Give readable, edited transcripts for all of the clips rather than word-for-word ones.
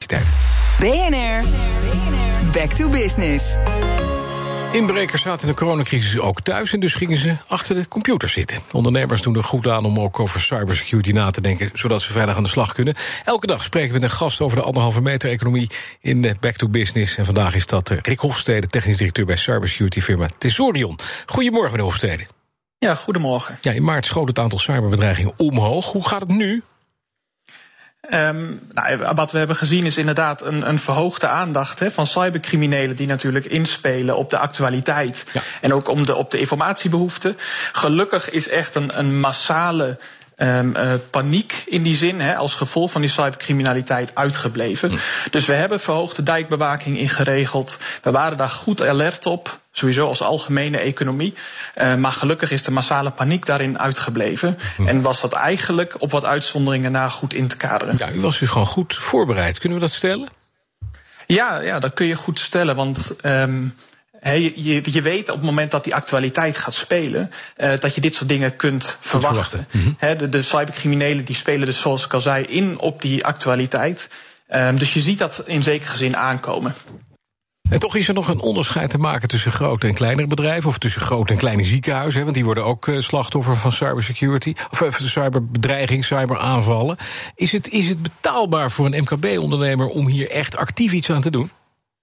tijd. BNR Back to Business. Inbrekers zaten in de coronacrisis ook thuis en dus gingen ze achter de computer zitten. Ondernemers doen er goed aan om ook over cybersecurity na te denken, zodat ze veilig aan de slag kunnen. Elke dag spreken we met een gast over de 1,5 meter economie in Back to Business. En vandaag is dat Rick Hofstede, technisch directeur bij cybersecurity firma Tesorion. Goedemorgen, meneer Hofstede. Ja, goedemorgen. Ja, in maart schoot het aantal cyberbedreigingen omhoog. Hoe gaat het nu? Wat we hebben gezien is inderdaad een verhoogde aandacht van cybercriminelen die natuurlijk inspelen op de actualiteit. Ja. En ook op de informatiebehoeften. Gelukkig is echt een massale paniek in die zin, als gevolg van die cybercriminaliteit uitgebleven. Dus we hebben verhoogde dijkbewaking ingeregeld. We waren daar goed alert op. Sowieso als algemene economie. Maar gelukkig is de massale paniek daarin uitgebleven. En was dat eigenlijk op wat uitzonderingen na goed in te kaderen. Ja, u was dus gewoon goed voorbereid. Kunnen we dat stellen? Ja, dat kun je goed stellen. Want je weet op het moment dat die actualiteit gaat spelen, dat je dit soort dingen kunt verwachten. De cybercriminelen die spelen dus, zoals ik al zei, in op die actualiteit. Dus je ziet dat in zekere zin aankomen. En toch is er nog een onderscheid te maken tussen grote en kleinere bedrijven, of tussen grote en kleine ziekenhuizen, want die worden ook slachtoffer van cybersecurity, of cyberbedreiging, cyberaanvallen. Is het betaalbaar voor een MKB-ondernemer om hier echt actief iets aan te doen?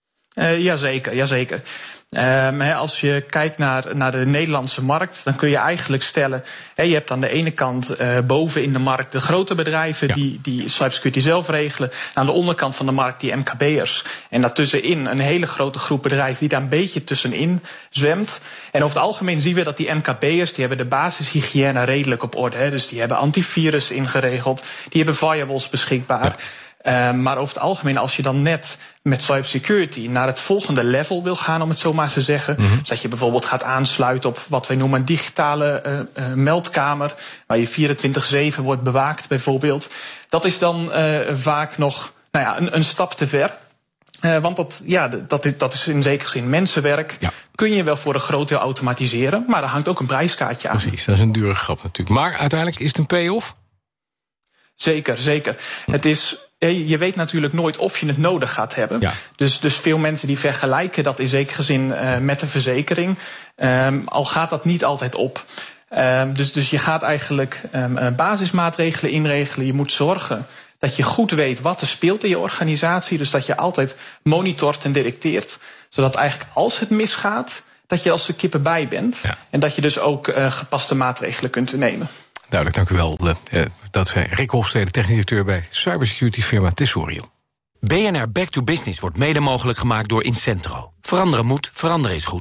Jazeker. Als je kijkt naar de Nederlandse markt, dan kun je eigenlijk stellen, je hebt aan de ene kant boven in de markt de grote bedrijven die cybersecurity zelf regelen. Aan de onderkant van de markt die MKB'ers. En daartussenin een hele grote groep bedrijven die daar een beetje tussenin zwemt. En over het algemeen zien we dat die MKB'ers, die hebben de basishygiëne redelijk op orde. Dus die hebben antivirus ingeregeld, die hebben firewalls beschikbaar. Ja. Maar over het algemeen, als je dan net met cybersecurity naar het volgende level wil gaan, om het zo maar te zeggen. Dus dat je bijvoorbeeld gaat aansluiten op wat wij noemen een digitale meldkamer, waar je 24/7 wordt bewaakt bijvoorbeeld. Dat is dan vaak nog een stap te ver. Want dat is in zekere zin mensenwerk. Ja. Kun je wel voor een groot deel automatiseren, maar daar hangt ook een prijskaartje aan. Precies, dat is een dure grap natuurlijk. Maar uiteindelijk is het een payoff? Zeker. Het is, je weet natuurlijk nooit of je het nodig gaat hebben. Ja. Dus veel mensen die vergelijken dat in zekere zin met een verzekering. Al gaat dat niet altijd op. Dus je gaat eigenlijk basismaatregelen inregelen. Je moet zorgen dat je goed weet wat er speelt in je organisatie. Dus dat je altijd monitort en detecteert. Zodat eigenlijk als het misgaat, dat je als de kippen bij bent. Ja. En dat je dus ook gepaste maatregelen kunt nemen. Duidelijk, dank u wel. Dat zei Rick Hofstede, technisch directeur bij cybersecurity firma Tesorion. BNR Back to Business wordt mede mogelijk gemaakt door Incentro. Veranderen moet, veranderen is goed.